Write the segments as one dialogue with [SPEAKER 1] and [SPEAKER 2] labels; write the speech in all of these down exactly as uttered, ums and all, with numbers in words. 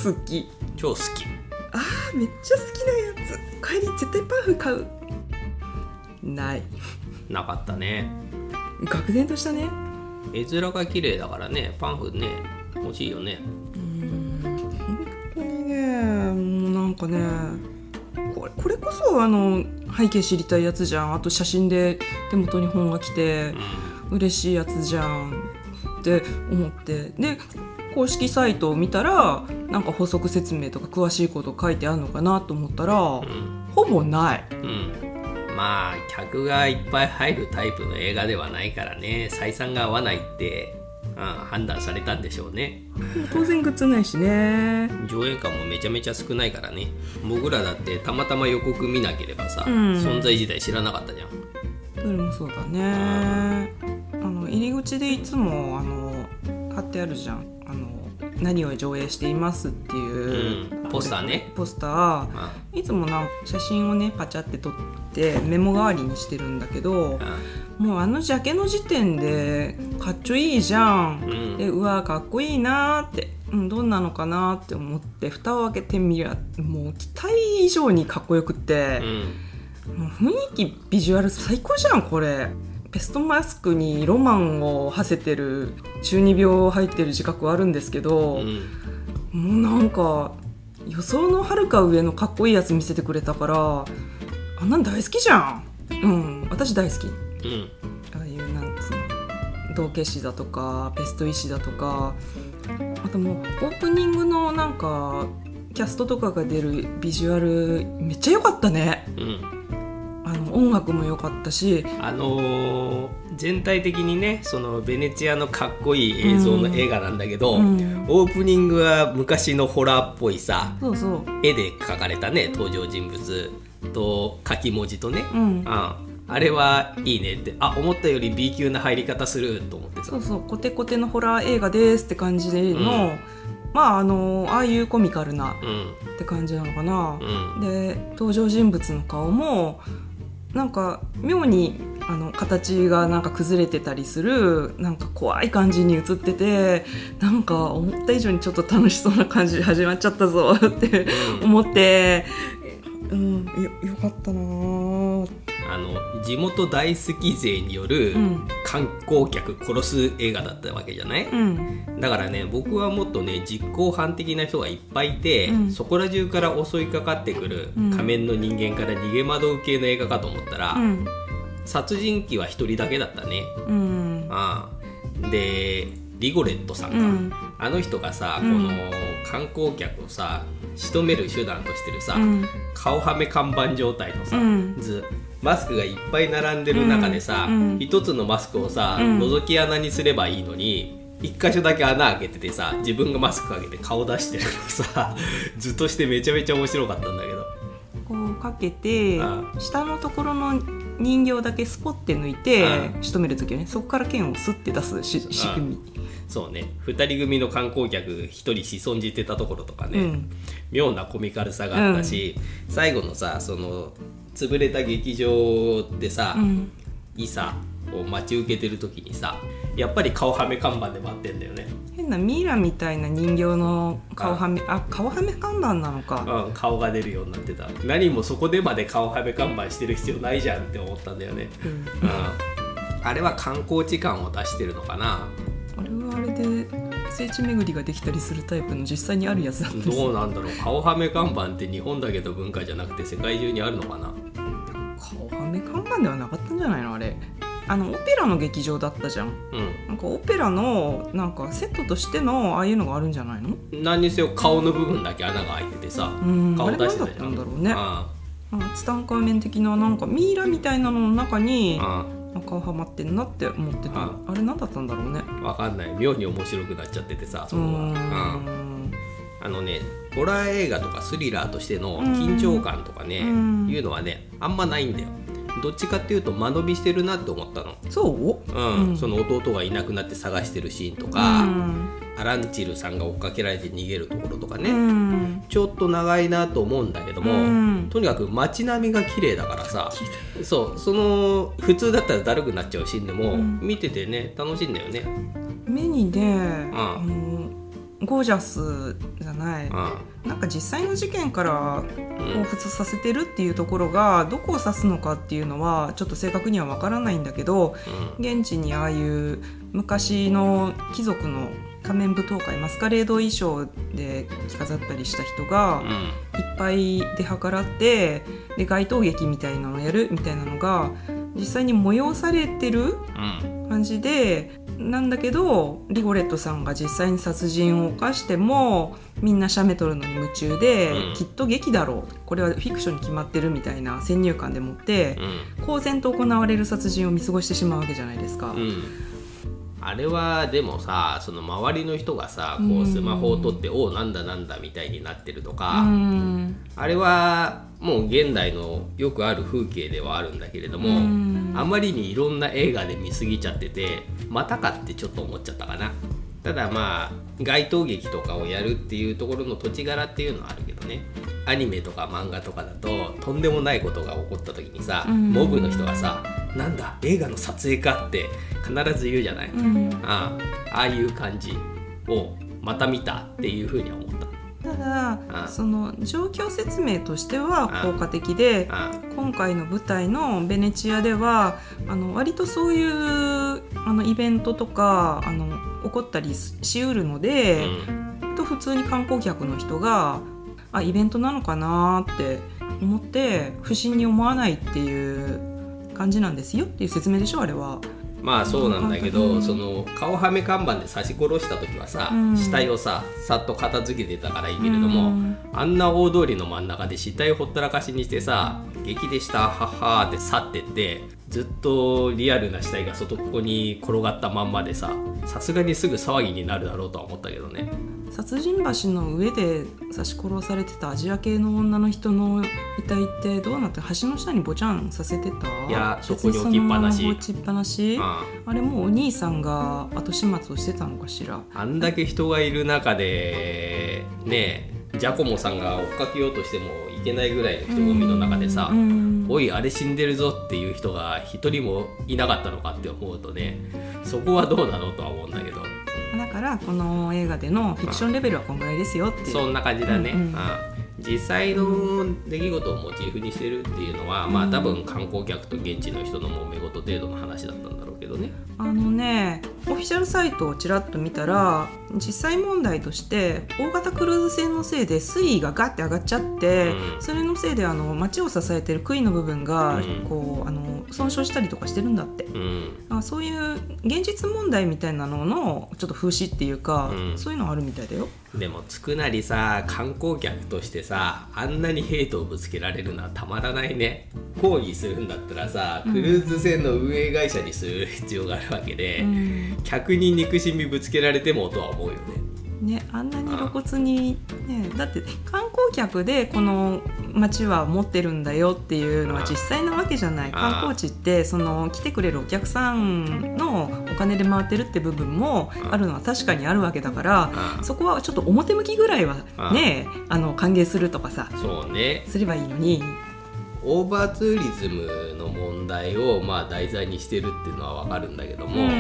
[SPEAKER 1] 好き。
[SPEAKER 2] 超好き。
[SPEAKER 1] あーめっちゃ好きなやつ。帰り絶対パンフ買う。ない。
[SPEAKER 2] なかったね。
[SPEAKER 1] 愕然としたね。
[SPEAKER 2] 絵面が綺麗だからね、パンフね欲しいよね。
[SPEAKER 1] うーん本当にね、もうなんかね、これ、これこそあの背景知りたいやつじゃん。あと写真で手元に本が来て嬉しいやつじゃんって思って、で公式サイトを見たらなんか補足説明とか詳しいこと書いてあるのかなと思ったら、うん、ほぼない、
[SPEAKER 2] うん、まあ客がいっぱい入るタイプの映画ではないからね、採算が合わないって、うん、判断されたんでしょうね。
[SPEAKER 1] 当然グッズないしね。
[SPEAKER 2] 上映館もめちゃめちゃ少ないからね。僕らだってたまたま予告見なければさ、うん、存在自体知らなかったじゃん。
[SPEAKER 1] それもそうだね。あの入り口でいつもあの貼ってあるじゃん、あの何を上映していますっていう、
[SPEAKER 2] うん、ポスターね。
[SPEAKER 1] ポスター、いつもなんか写真をねパチャって撮ってメモ代わりにしてるんだけど、もうあのジャケの時点でかっちょいいじゃん、うん、でうわかっこいいなって、うん、どんなのかなって思って蓋を開けてみりゃもう期待以上にかっこよくって、うん、もう雰囲気ビジュアル最高じゃんこれ。ベストマスクにロマンを馳せてる中二病入ってる自覚はあるんですけど、うん、もうなんか予想のはるか上のかっこいいやつ見せてくれたから、あんなん大好きじゃん。うん私大好き、うん、ああいうなんつうの道化師だとかベスト医師だとか、あともうオープニングのなんかキャストとかが出るビジュアルめっちゃ良かったね、うん、あの音楽も良かったし、
[SPEAKER 2] あのー、全体的にねそのベネチアのかっこいい映像の映画なんだけど、うんうん、オープニングは昔のホラーっぽいさ、
[SPEAKER 1] そうそう
[SPEAKER 2] 絵で描かれたね登場人物と書き文字とね、うん、あ, あれはいいねって、あ思ったより B 級な入り方すると思ってさ、
[SPEAKER 1] そうそうコテコテのホラー映画ですって感じの、うん、まああのああいうコミカルなって感じなのかな、うん、で登場人物の顔もなんか妙にあの形がなんか崩れてたりする、なんか怖い感じに映ってて、なんか思った以上にちょっと楽しそうな感じで始まっちゃったぞって思って、うん、よ, よかったな。
[SPEAKER 2] あの地元大好き勢による観光客殺す映画だったわけじゃない、うん、だからね僕はもっとね実行犯的な人がいっぱいいて、うん、そこら中から襲いかかってくる仮面の人間から逃げ惑う系の映画かと思ったら、うん、殺人鬼は一人だけだったね、うん、ああでリゴレットさんか、うん、あの人がさ、うん、この観光客をさ仕留める手段としてるさ、うん、顔はめ看板状態のさ、うん、図マスクがいっぱい並んでる中でさ、うん、一つのマスクをさ、うん、覗き穴にすればいいのに一箇所だけ穴開けててさ自分がマスクかけて顔出してるのさ図としてめちゃめちゃ面白かったんだけど、
[SPEAKER 1] こうかけて下のところの人形だけスポッて抜いて仕留めるときはね、そこから剣をスッて出すし仕組み。
[SPEAKER 2] そうね、ふたり組の観光客ひとりしそんじてたところとかね、うん、妙なコミカルさがあったし、うん、最後のさその潰れた劇場でさ、うん、イサを待ち受けてる時にさやっぱり顔はめ看板で待ってんだよね。
[SPEAKER 1] 変なミイラみたいな人形の顔はめ、あ、あ顔はめ看板なのか、
[SPEAKER 2] うん、顔が出るようになってた。何もそこでまで顔はめ看板してる必要ないじゃんって思ったんだよね、うんうん、あれは観光地感を出してるのかな。
[SPEAKER 1] あれはあれで聖地巡りができたりするタイプの実際にあるやつなんです。
[SPEAKER 2] どうなんだろう、顔はめ看板って日本だけの文化じゃなくて世界中にあるのかな。
[SPEAKER 1] 顔はめ看板ではなかったんじゃないのあれ。あのオペラの劇場だったじゃん、うん、なんかオペラのなんかセットとしてのああいうのがあるんじゃないの。
[SPEAKER 2] 何にせよ顔の部分だけ穴が開いててさ、うん、顔出してたじゃん。あれ何だったんだろうね。ああツタンカーメン的ななんかミイラみたいなのの中にああ顔はまってんなって思ってた。 あ, あれ何だったんだろうね。 わかんない、妙に面白くなっちゃっててさそこは。あのねホラー映画とかスリラーとしての緊張感とかねいうのはねあんまないんだよ。どっちかっていうと間延びしてるなって思ったの。
[SPEAKER 1] そう、
[SPEAKER 2] うん、うん、その弟がいなくなって探してるシーンとか、うん、アランチルさんが追っかけられて逃げるところとかね、うん、ちょっと長いなと思うんだけども、うん、とにかく街並みが綺麗だからさ、そうその普通だったらだるくなっちゃうシーンでも、うん、見ててね楽しいんだよね。
[SPEAKER 1] 目にね、うん、あのゴージャスじゃない、うん、なんか実際の事件から彷彿させてるっていうところがどこを指すのかっていうのはちょっと正確には分からないんだけど、うん、現地にああいう昔の貴族の仮面舞踏会マスカレード衣装で着飾ったりした人がいっぱい出計らってで街頭劇みたいなのをやるみたいなのが実際に催されてる感じで、なんだけどリゴレットさんが実際に殺人を犯してもみんな写メ撮るのに夢中で、うん、きっと劇だろうこれはフィクションに決まってるみたいな先入観でもって、うん、公然と行われる殺人を見過ごしてしまうわけじゃないですか、うん、
[SPEAKER 2] あれはでもさその周りの人がさこうスマホを撮っておおなんだなんだみたいになってるとか、うん、あれはもう現代のよくある風景ではあるんだけれども、うん、あまりにいろんな映画で見過ぎちゃっててまたかってちょっと思っちゃったかな。ただまあ街頭劇とかをやるっていうところの土地柄っていうのはあるけどね、アニメとか漫画とかだととんでもないことが起こった時にさ、うん、モブの人がさなんだ映画の撮影かって必ず言うじゃない、うん、ああ、ああいう感じをまた見たっていうふうには思った。
[SPEAKER 1] ただその状況説明としては効果的で、今回の舞台のベネチアではあの割とそういうあのイベントとかあの起こったりしうるので、うん、と普通に観光客の人があイベントなのかなって思って不審に思わないっていう感じなんですよっていう説明でしょあれは。
[SPEAKER 2] まあそうなんだけど、その顔はめ看板で刺し殺した時はさ、うん、死体をささっと片付けてたからいいけれども、うん、あんな大通りの真ん中で死体をほったらかしにしてさ劇でしたはっはーって去ってってずっとリアルな死体が外っこに転がったまんまでささすがにすぐ騒ぎになるだろうとは思ったけどね。
[SPEAKER 1] 殺人橋の上で刺し殺されてたアジア系の女の人の遺体ってどうなって橋の下にぼちゃんさせてた？
[SPEAKER 2] いやそこに置きっぱなし。
[SPEAKER 1] 置きっぱなし？ああ、あれもうお兄さんが後始末をしてたのかしら。
[SPEAKER 2] あんだけ人がいる中でねえジャコモさんが追っかけようとしてもいけないぐらいの人混みの中でさ、おいあれ死んでるぞっていう人が一人もいなかったのかって思うとね、そこはどうなのとは思うんだけど。
[SPEAKER 1] だからこの映画でのフィクションレベルはこんぐらいですよっていう。
[SPEAKER 2] そんな感じだね、うんうん、ああ実際の出来事をモチーフにしてるっていうのは、うん、まあ多分観光客と現地の人の揉め事程度の話だったんだろうけどね。
[SPEAKER 1] あのねオフィシャルサイトをちらっと見たら実際問題として大型クルーズ船のせいで水位がガッて上がっちゃって、うん、それのせいであの街を支えてる杭の部分が、うん、こうあの損傷したりとかしてるんだって、うん、あそういう現実問題みたいなののちょっと風刺っていうか、うん、そういうのあるみたいだよ。
[SPEAKER 2] でもつくなりさ観光客としてさあんなにヘイトをぶつけられるのはたまらないね。抗議するんだったらさクルーズ船の運営会社にする必要があるわけで、うん、客に憎しみぶつけられてもとは思うよね。
[SPEAKER 1] ね、あんなに露骨に、ね、だって観光客でこの街は持ってるんだよっていうのは実際なわけじゃない。観光地ってその来てくれるお客さんのお金で回ってるって部分もあるのは確かにあるわけだから、そこはちょっと表向きぐらいはねあの歓迎するとかさ、
[SPEAKER 2] そうね、
[SPEAKER 1] すればいいのに。
[SPEAKER 2] オーバーツーリズムの問題をまあ題材にしてるっていうのは分かるんだけども、うん、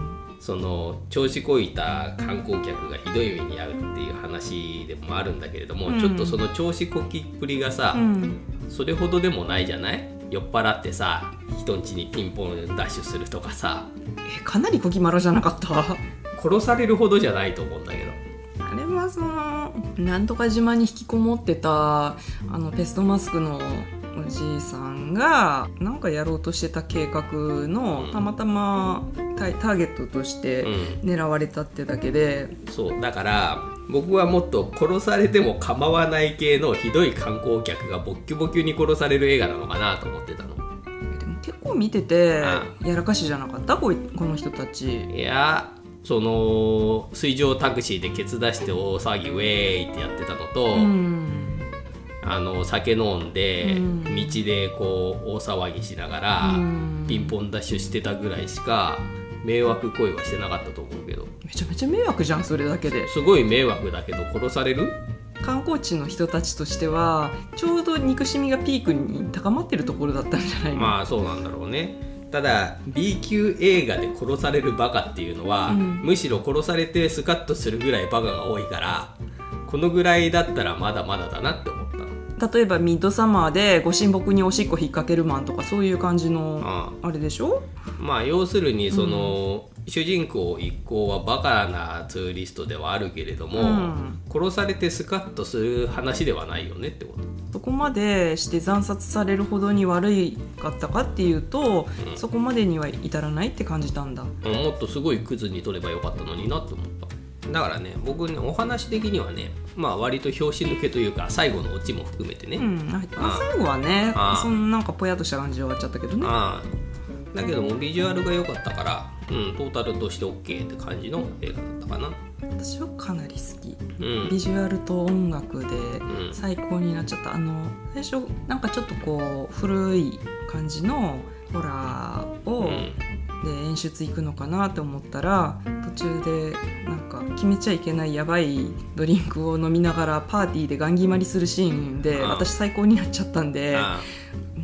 [SPEAKER 2] その調子こいた観光客がひどい目に遭うっていう話でもあるんだけれども、うん、ちょっとその調子こきっぷりがさ、うん、それほどでもないじゃない。酔っ払ってさ人ん家にピンポンダッシュするとかさ、
[SPEAKER 1] えかなりこきまろじゃなかった？
[SPEAKER 2] 殺されるほどじゃないと思うんだけど。
[SPEAKER 1] あれはそのなんとか島に引きこもってたあのペストマスクのおじいさんがなんかやろうとしてた計画のたまたまターゲットとして狙われたってだけで、
[SPEAKER 2] うん、そうだから僕はもっと殺されても構わない系のひどい観光客がボッキュボキュに殺される映画なのかなと思ってたの。
[SPEAKER 1] でも結構見ててやらかしじゃなかった？この人たち。
[SPEAKER 2] いやその水上タクシーでケツ出して大騒ぎウェーイってやってたのと、うんあの酒飲んで道でこう大騒ぎしながらピンポンダッシュしてたぐらいしか迷惑行為はしてなかったと思うけど。
[SPEAKER 1] めちゃめちゃ迷惑じゃんそれだけで。
[SPEAKER 2] すごい迷惑だけど殺される？
[SPEAKER 1] 観光地の人たちとしてはちょうど憎しみがピークに高まってるところだったんじゃないの？
[SPEAKER 2] まあそうなんだろうね。 ただ B 級映画で殺されるバカっていうのは、うん、むしろ殺されてスカッとするぐらいバカが多いから、このぐらいだったらまだまだだなって思った。
[SPEAKER 1] 例えばミッドサマーでご神木におしっこ引っ掛けるマンとかそういう感じのあれでしょ。
[SPEAKER 2] まあ要するにその、うん、主人公一行はバカなツーリストではあるけれども、うん、殺されてスカッとする話ではないよねってこと。
[SPEAKER 1] そこまでして惨殺されるほどに悪いかったかっていうと、うん、そこまでには至らないって感じたんだ。も
[SPEAKER 2] っとすごいクズに取ればよかったのになって思った。だからね、僕ねお話的にはね、まあ割と拍子抜けというか最後のオチも含めてね、うん、
[SPEAKER 1] ああ最後はねそんなんかぽやっとした感じで終わっちゃったけどね。あ
[SPEAKER 2] だけどもビジュアルが良かったから、うん、トータルとして OK って感じの映画だったかな。
[SPEAKER 1] 私はかなり好き、うん、ビジュアルと音楽で最高になっちゃった。あの最初なんかちょっとこう古い感じのホラーを、うんで演出行くのかなと思ったら、途中でなんか決めちゃいけないやばいドリンクを飲みながらパーティーでガン決まりするシーンで私最高になっちゃったんで、あ, うん、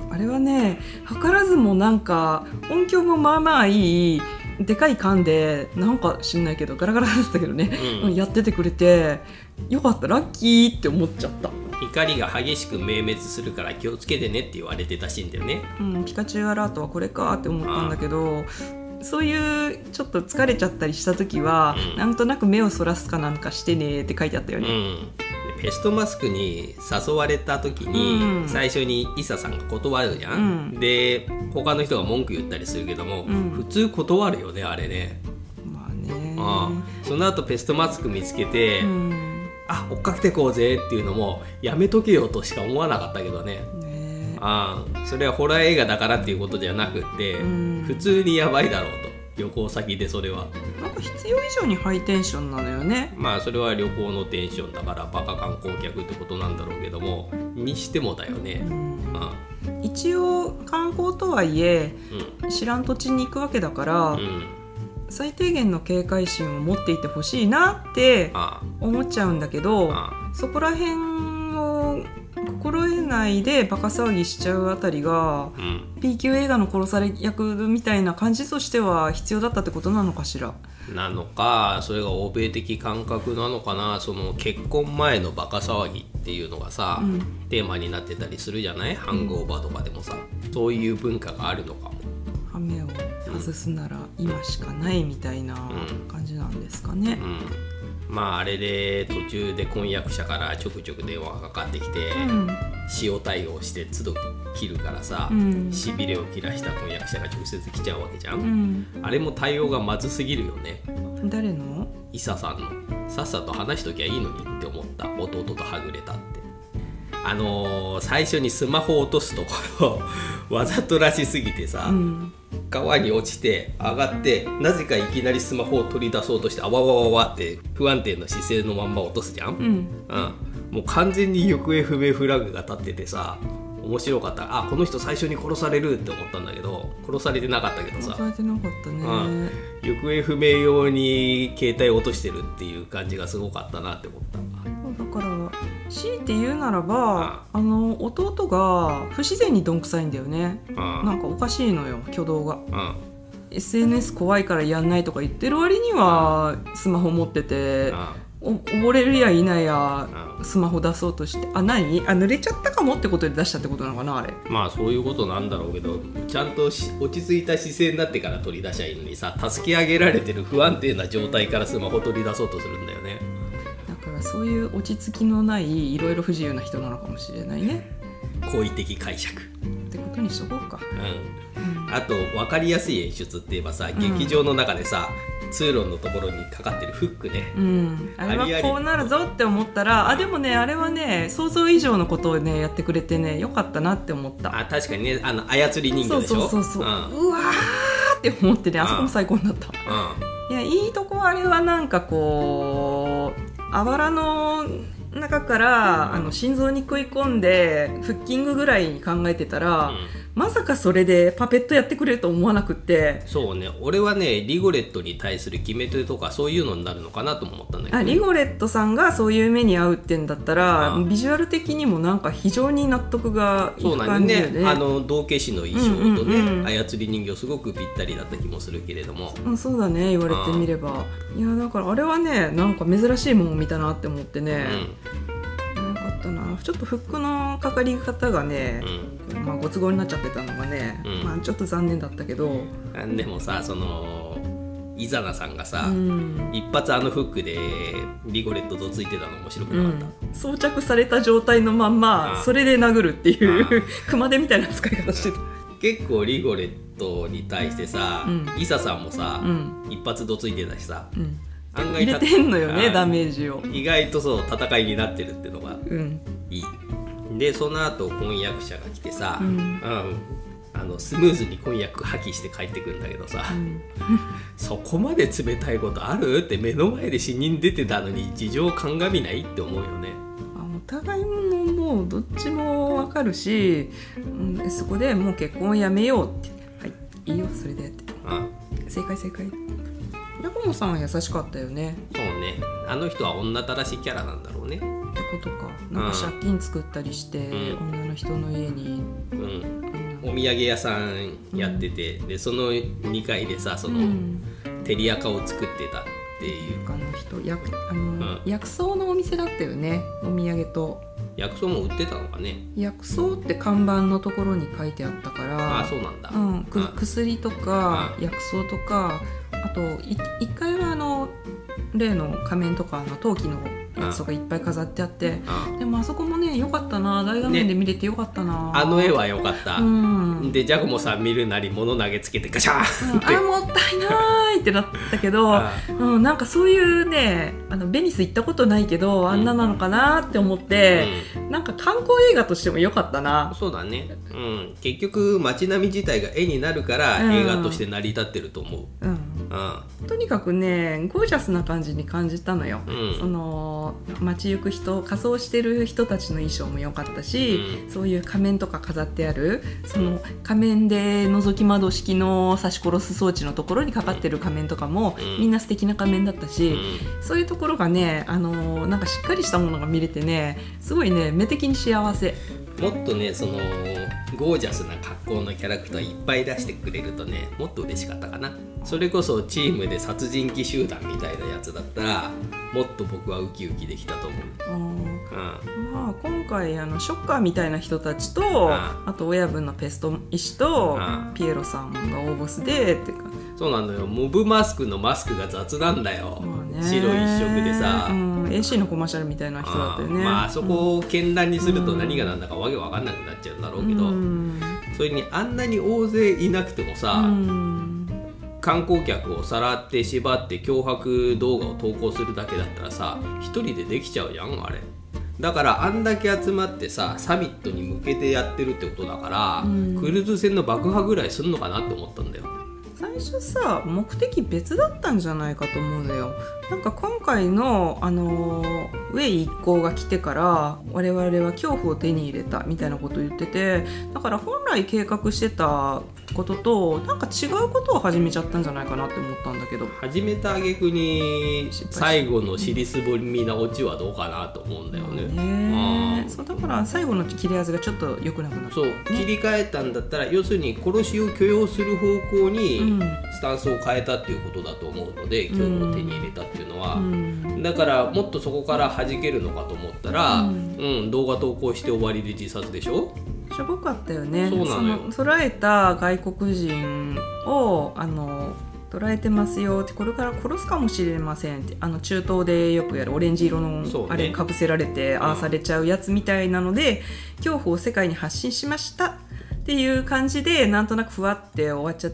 [SPEAKER 1] あれはね図らずもなんか音響もまあまあいいでかい缶でなんか知んないけどガラガラだったけどね、うん、やっててくれてよかった、ラッキーって思っちゃった。
[SPEAKER 2] 光が激しく明滅するから気をつけてねって言われてたシーンだよね、
[SPEAKER 1] うん、ピカチュウアラートはこれかって思ったんだけど、そういうちょっと疲れちゃったりした時は、うん、なんとなく目をそらすかなんかしてねって書いてあったよね、うん、
[SPEAKER 2] ペストマスクに誘われた時に、うん、最初にイサさんが断るじゃん、うん、で他の人が文句言ったりするけども、うん、普通断るよねあれね。
[SPEAKER 1] まあね
[SPEAKER 2] ああその後ペストマスク見つけて、うんあ追っかけてこうぜっていうのもやめとけよとしか思わなかったけど ね, ねあそれはホラー映画だからっていうことじゃなくって普通にやばいだろうと。旅行先でそれは
[SPEAKER 1] なんか必要以上にハイテンションなのよね。
[SPEAKER 2] まあそれは旅行のテンションだからバカ観光客ってことなんだろうけどもにしてもだよね、うん
[SPEAKER 1] ああ一応観光とはいえ、うん、知らん土地に行くわけだから、うん最低限の警戒心を持っていてほしいなって思っちゃうんだけど、ああそこら辺を心得ないでバカ騒ぎしちゃうあたりが、うん、B 級映画の殺され役みたいな感じとしては必要だったってことなのかしら。
[SPEAKER 2] なのかそれが欧米的感覚なのかな。その結婚前のバカ騒ぎっていうのがさ、うん、テーマになってたりするじゃない。ハングオーバーとかでもさ、そういう文化があるのかも。
[SPEAKER 1] 羽目を外すなら今しかないみたいな感じなんですかね、うんうん、
[SPEAKER 2] まああれで途中で婚約者からちょくちょく電話がかかってきて、うん、塩対応して都度切るからさ、うん、しびれを切らした婚約者が直接来ちゃうわけじゃん、うん、あれも対応がまずすぎるよね。
[SPEAKER 1] 誰の？
[SPEAKER 2] イサさんの。さっさと話しときゃいいのにって思った。弟とはぐれたって。あのー、最初にスマホを落とすところわざとらしすぎてさ、うん、川に落ちて上がってなぜかいきなりスマホを取り出そうとしてあわわわわって不安定な姿勢のまんま落とすじゃん、うんうん、もう完全に行方不明フラグが立っててさ面白かった。あこの人最初に殺されるって思ったんだけど殺されてなかったけどさ
[SPEAKER 1] 殺されてなかったね、うん、
[SPEAKER 2] 行方不明用に携帯を落としてるっていう感じがすごかったなって思った。
[SPEAKER 1] だから強いて言うならば、あの弟が不自然にどんくさいんだよね。なんかおかしいのよ挙動が。エスエヌエス 怖いからやんないとか言ってる割にはスマホ持ってて溺れるやいなやスマホ出そうとしてあ何あ濡れちゃったかもってことで出したってことなのかなあれ。
[SPEAKER 2] まあそういうことなんだろうけどちゃんとし落ち着いた姿勢になってから取り出しゃいいのにさ助け上げられてる不安定な状態からスマホ取り出そうとするんだよね。
[SPEAKER 1] だからそういう落ち着きのないいろいろ不自由な人なのかもしれないね。
[SPEAKER 2] 好意的解釈
[SPEAKER 1] ってことにしとこうか、
[SPEAKER 2] うんうん、あと分かりやすい演出って言えばさ、うん、劇場の中でさ通路のところにかかってるフックね、
[SPEAKER 1] うん、あれはこうなるぞって思ったらあでもねあれはね想像以上のことをねやってくれてねよかったなって思った。
[SPEAKER 2] あ確かにねあの操り人形でしょ。
[SPEAKER 1] そうそうそうそう、うん、うわーって思ってねあそこも最高になった、うん、いやいいとこあれはなんかこうあばらの中から、うん、あの心臓に食い込んでフッキングぐらいに考えてたら、 まさかそれでパペットやってくれると思わなくって。
[SPEAKER 2] そうね、俺はねリゴレットに対する決め手とかそういうのになるのかなと思ったんだけど、ね、
[SPEAKER 1] あリゴレットさんがそういう目に遭うってんだったら、ビジュアル的にもなんか非常に納得がいく感じだよね。そうなんだね、
[SPEAKER 2] あの道化師の衣装とね、うんうんうん、操り人形すごくぴったりだった気もするけれども、
[SPEAKER 1] うん、そうだね、言われてみれば。いやだからあれはねなんか珍しいものを見たなって思ってね、うん、よかったな。ちょっとフックのかかり方がね、うん、まあ、ご都合になっちゃってたのがね、うん、まあ、ちょっと残念だったけど、
[SPEAKER 2] でもさ、そのイザナさんがさ、うん、一発あのフックでリゴレットとついてたの面白くなかった、
[SPEAKER 1] うん、装着された状態のまんまそれで殴るっていう熊手みたいな使い方してた。
[SPEAKER 2] 結構リゴレットに対してさ、うん、イサさんもさ、うん、一発どついてたしさ、うん、
[SPEAKER 1] 案外入れてんのよね、ダメージを。
[SPEAKER 2] 意外とそう戦いになってるっていうのがいい、うん、でその後婚約者が来てさ、うんうん、あのスムーズに婚約破棄して帰ってくるんだけどさ、うん、そこまで冷たいことあるって目の前で死人出てたのに事情鑑みないって思うよね。
[SPEAKER 1] お互いももうどっちも分かるし、うん、そこでもう結婚をやめようって、はい、いいよそれでって、ああ正解正解。ヤコモさんは優しかったよね。
[SPEAKER 2] そうね、あの人は女たらしキャラなんだろうね。って
[SPEAKER 1] ことか。なんか借金作ったりして、うん、女の人の家に、うん
[SPEAKER 2] うん、お土産屋さんやってて、うん、でそのにかいでさその、うん、照り垢を作ってたっていう
[SPEAKER 1] あの人やあの、うん、薬草のお店だったよね、お土産と。
[SPEAKER 2] 薬草も売ってたのかね。
[SPEAKER 1] 薬草って看板のところに書いてあったから。
[SPEAKER 2] あ、そうなんだ、
[SPEAKER 1] うん、く薬とか薬草とか、あとい一回はあの例の仮面とかの陶器のやつとかいっぱい飾ってあって、あでもあそこもね良かったな、大画面で見れて良かったな、ね、
[SPEAKER 2] あの絵は良かった、うん、でジャコモさん見るなり物投げつけてガシャーンって、
[SPEAKER 1] あもったいないってなったけど、うん、なんかそういうね、あのベニス行ったことないけどあんななのかなって思って、うん、なんか観光映画としても良かったな。
[SPEAKER 2] そうだね、うん、結局街並み自体が絵になるから映画として成り立ってると思う、うんうん
[SPEAKER 1] うん、とにかくねゴージャスな感じに感じたのよ、うん、その街行く人、仮装してる人たちの衣装も良かったし、うん、そういう仮面とか飾ってあるその仮面で覗き窓式の刺し殺す装置のところにかかってる仮面とかも、うん、みんな素敵な仮面だったし、うん、そういうところがね、あのー、なんかしっかりしたものが見れてね、すごいね目的に幸せ。
[SPEAKER 2] もっとねそのゴージャスな格好のキャラクターいっぱい出してくれるとねもっと嬉しかったかな。それこそチームで殺人鬼集団みたいなやつだったらもっと僕はウキウキできたと思う。あ、うん、
[SPEAKER 1] まあ今回あのショッカーみたいな人たちと、ああと親分のペスト医師とピエロさんが大ボスでってか。
[SPEAKER 2] そうなのよ、モブマスクのマスクが雑なんだよ、まあね、白一色でさ、
[SPEAKER 1] うん、エーシー のコマーシャルみたいな人だったよね。
[SPEAKER 2] あ、まあそこを絢爛にすると何が何だかわけわかんなくなっちゃうんだろうけど、うん、それにあんなに大勢いなくてもさ、うん、観光客をさらって縛って脅迫動画を投稿するだけだったらさ一人でできちゃうじゃんあれ。だからあんだけ集まってさサミットに向けてやってるってことだから、うん、クルーズ船の爆破ぐらいすんのかなって思ったんだよ。
[SPEAKER 1] 最初さ目的別だったんじゃないかと思うのよ。なんか今回の、あのー、ウェイ一行が来てから我々は恐怖を手に入れたみたいなことを言ってて、だから本来計画してたこととなんか違うことを始めちゃったんじゃないかなって思ったんだけど、
[SPEAKER 2] 始めた挙句に最後の尻すぼみなオチはどうかなと思うんだよね。
[SPEAKER 1] ね、そうだから最後の切れ味がちょっと良くなくなった、ね、
[SPEAKER 2] そう切り替えたんだったら要するに殺しを許容する方向にスタンスを変えたっていうことだと思うので、うん、恐怖を手に入れたっていうのは、うん、だからもっとそこから弾けるのかと思ったら、うんうん、動画投稿して終わりで自殺でしょ。
[SPEAKER 1] しょぼかったよね。
[SPEAKER 2] そうなのよ。
[SPEAKER 1] その捉えた外国人をあの捉えてますよって、これから殺すかもしれませんって、あの中東でよくやるオレンジ色のあれかぶせられて、ああされちゃうやつみたいなので、うん、恐怖を世界に発信しましたっていう感じでなんとなくふわって終わっちゃって、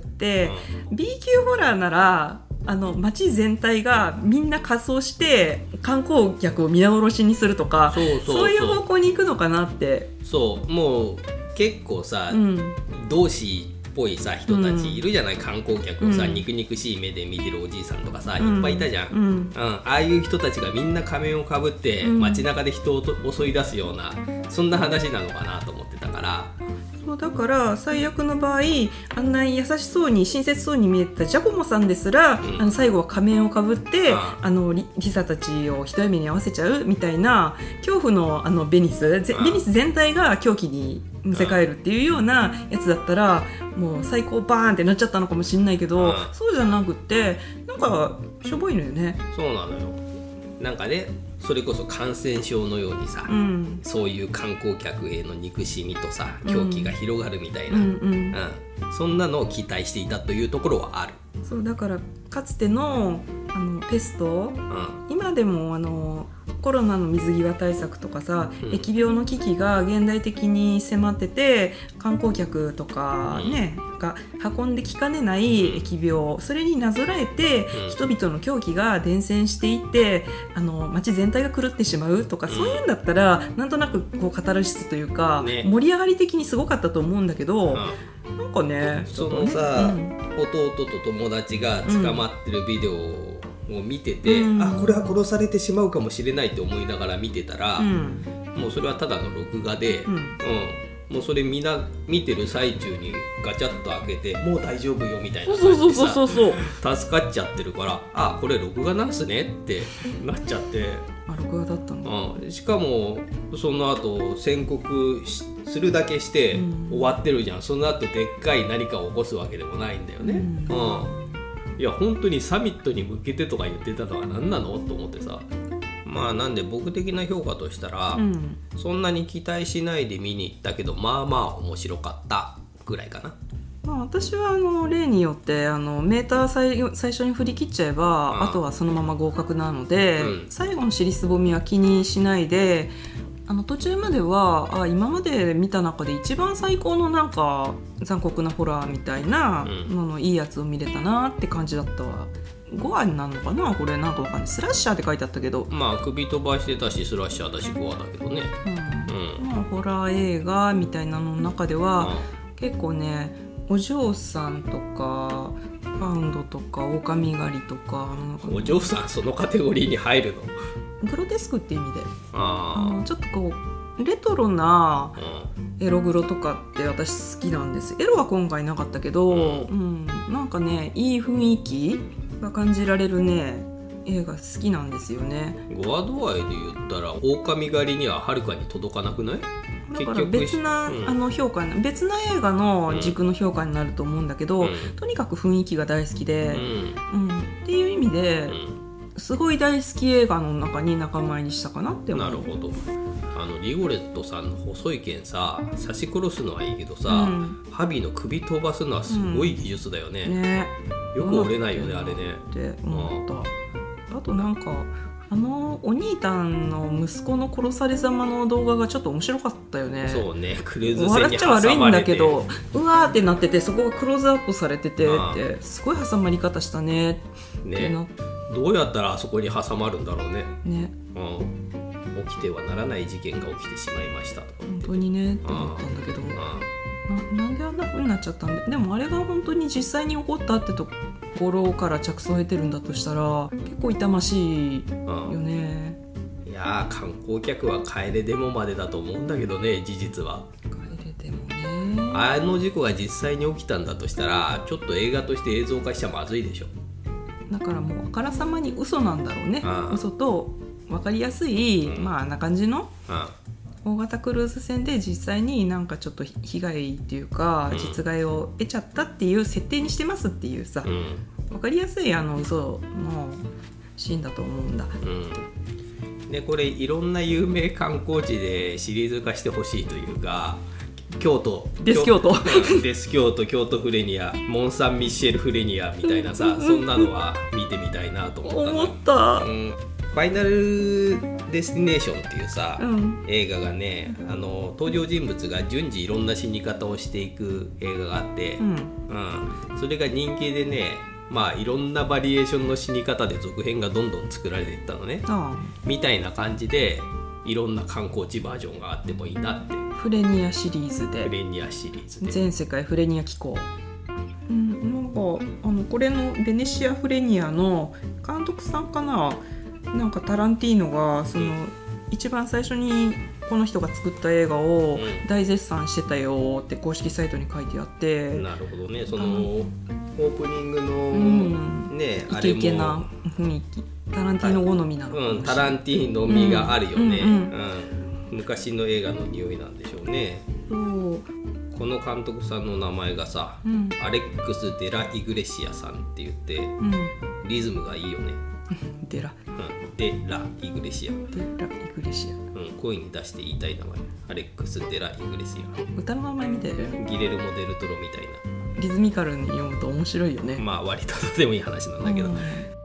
[SPEAKER 1] うん、B 級ホラーならあの街全体がみんな仮装して観光客を皆殺しにするとか、そうそうそう、そういう方向に行くのかなって。
[SPEAKER 2] そうもう結構さ、うん、同志っぽいさ人たちいるじゃない、うん、観光客をさ、うん、肉々しい目で見てるおじいさんとかさ、うん、いっぱいいたじゃん、うんうん、ああいう人たちがみんな仮面をかぶって街中で人を襲い出すようなそんな話なのかなと思ってたから、
[SPEAKER 1] そうだから最悪の場合あんなに優しそうに親切そうに見えたジャコモさんですら、うん、あの最後は仮面をかぶってああの リ, リサたちを一目に合わせちゃうみたいな恐怖 の, あのベニスベニス全体が狂気にむせ返るっていうようなやつだったらもう最高バーンってなっちゃったのかもしれないけど、そうじゃなくってなんかしょぼいのよね。
[SPEAKER 2] そうなのよ。なんかねそれこそ感染症のようにさ、うん、そういう観光客への憎しみとさ狂気が広がるみたいな、うんうんうん、そんなのを期待していたというところはある。
[SPEAKER 1] そうだからかつて の, あのペスト、うん、今でもあのコロナの水際対策とかさ、うん、疫病の危機が現代的に迫ってて観光客とかね、うん、が運んできかねない疫病、それになぞらえて、うん、人々の狂気が伝染していってあの街全体が狂ってしまうとか、うん、そういうんだったらなんとなくこうカタルシスというか、ね、盛り上がり的にすごかったと思うんだけど、うん、なんかね
[SPEAKER 2] そのさ、うん、弟と友達が捕まってるビデオを見てて、うん、あこれは殺されてしまうかもしれないって思いながら見てたら、うん、もうそれはただの録画で、うんうん、もうそれみんな見てる最中にガチャッと開けてもう大丈夫よみたいな感じでさ助かっちゃってるから、あこれ録画なんすねってなっちゃって、
[SPEAKER 1] あ録画だったんだ、
[SPEAKER 2] うん、しかもその後宣告するだけして終わってるじゃん、うん、その後でっかい何かを起こすわけでもないんだよね、うんうんいや本当にサミットに向けてとか言ってたのは何なのと思ってさ、まあなんで僕的な評価としたら、うん、そんなに期待しないで見に行ったけどまあまあ面白かったぐらいかな。
[SPEAKER 1] まあ、私はあの例によってあのメーター 最, 最初に振り切っちゃえば あ, あとはそのまま合格なので、うん、最後の尻すぼみは気にしないであの途中まではあ今まで見た中で一番最高のなんか残酷なホラーみたいなののいいやつを見れたなって感じだったわ。ごわになるのかなこれなんかわかんない。スラッシャーって書いてあったけど
[SPEAKER 2] まあ首飛ばしてたしスラッシャーだしごわだけどね、
[SPEAKER 1] うんうんまあ、ホラー映画みたいなのの中では、うん、結構ねお嬢さんとかパウンドとか狼狩りとか
[SPEAKER 2] お嬢さんそのカテゴリーに入るの
[SPEAKER 1] グロテスクって意味でああのちょっとこうレトロなエログロとかって私好きなんです。エロは今回なかったけど、うんうん、なんかねいい雰囲気が感じられるね映画好きなんですよね。
[SPEAKER 2] ゴア度合いで言ったら狼狩りにははるかに届かなくない？
[SPEAKER 1] だから別な、うん、あの評価別な映画の軸の評価になると思うんだけど、うん、とにかく雰囲気が大好きで、うんうん、っていう意味で、うん、すごい大好き映画の中に仲間入りしたかなって思う。
[SPEAKER 2] なるほど。あのリゴレットさんの細い剣さ刺し殺すのはいいけどさ、うん、ハビの首飛ばすのはすごい技術だよね、うんね、よく折れないよねあれね
[SPEAKER 1] って思った、うん、あとなんかあのお兄たんの息子の殺され様の動画がちょっと面白かったよね。
[SPEAKER 2] そうねクルーズ船に挟まれて
[SPEAKER 1] 笑っちゃ悪いんだけどうわーってなっててそこがクローズアップされててってすごい挟まり方したねってなっ
[SPEAKER 2] ねどうやったらあそこに挟まるんだろうね。
[SPEAKER 1] ね、
[SPEAKER 2] うん、起きてはならない事件が起きてしまいましたとか
[SPEAKER 1] 本当にねって思ったんだけど な, なんであんな風になっちゃったんだ。でもあれが本当に実際に起こったってところから着想を得てるんだとしたら結構痛ましいよね。
[SPEAKER 2] いやー観光客は帰れデモまでだと思うんだけどね事実は。
[SPEAKER 1] 帰れデモね。
[SPEAKER 2] あの事故が実際に起きたんだとしたらちょっと映画として映像化しちゃまずいでしょ。
[SPEAKER 1] だからもうあからさまに嘘なんだろうね。嘘と分かりやすい、うん、まああんな感じの大型クルーズ船で実際になんかちょっと被害っていうか、うん、実害を得ちゃったっていう設定にしてますっていうさ、うん、分かりやすいあの嘘のシーンだと思うんだ、
[SPEAKER 2] うん、でこれいろんな有名観光地でシリーズ化してほしいというか京都
[SPEAKER 1] デス京都
[SPEAKER 2] デス京都京都フレニアモン・サン・ミッシェル・フレニアみたいなさそんなのは見てみたいなと思った
[SPEAKER 1] 思った、
[SPEAKER 2] うんファイナルデスティネーションっていうさ、うん、映画がねあの登場人物が順次いろんな死に方をしていく映画があって、うんうん、それが人気でねまあいろんなバリエーションの死に方で続編がどんどん作られていったのね、うん、みたいな感じでいろんな観光地バージョンがあってもいいなって。
[SPEAKER 1] フレニアシリーズで
[SPEAKER 2] フレニアシリーズで
[SPEAKER 1] 全世界フレニア機構、うん、なんかあのこれのベネシアフレニアの監督さんかななんかタランティーノがその一番最初にこの人が作った映画を大絶賛してたよって公式サイトに書いてあって、
[SPEAKER 2] うん、なるほどね。そのオープニングの、うん、ね
[SPEAKER 1] あれもイケイケな雰囲気、タランティーノ好みなのかもしれない、
[SPEAKER 2] うん、タランティーノ味があるよね、うんうんうん、昔の映画の匂いなんでしょうね。
[SPEAKER 1] そう
[SPEAKER 2] この監督さんの名前がさ、うん、アレックス・デラ・イグレシアさんって言って、うん、リズムがいいよね。
[SPEAKER 1] デラ、
[SPEAKER 2] うん、デラ・イグレシア、
[SPEAKER 1] デラ・イグレシア、
[SPEAKER 2] うん、声に出して言いたい名前、アレックス・デラ・イグレシア。
[SPEAKER 1] 歌の名前みたいだよね。
[SPEAKER 2] ギレルモ・デルトロみたいな。
[SPEAKER 1] リズミカルに読むと面白いよね。
[SPEAKER 2] まあ割ととてもいい話なんだけど、うん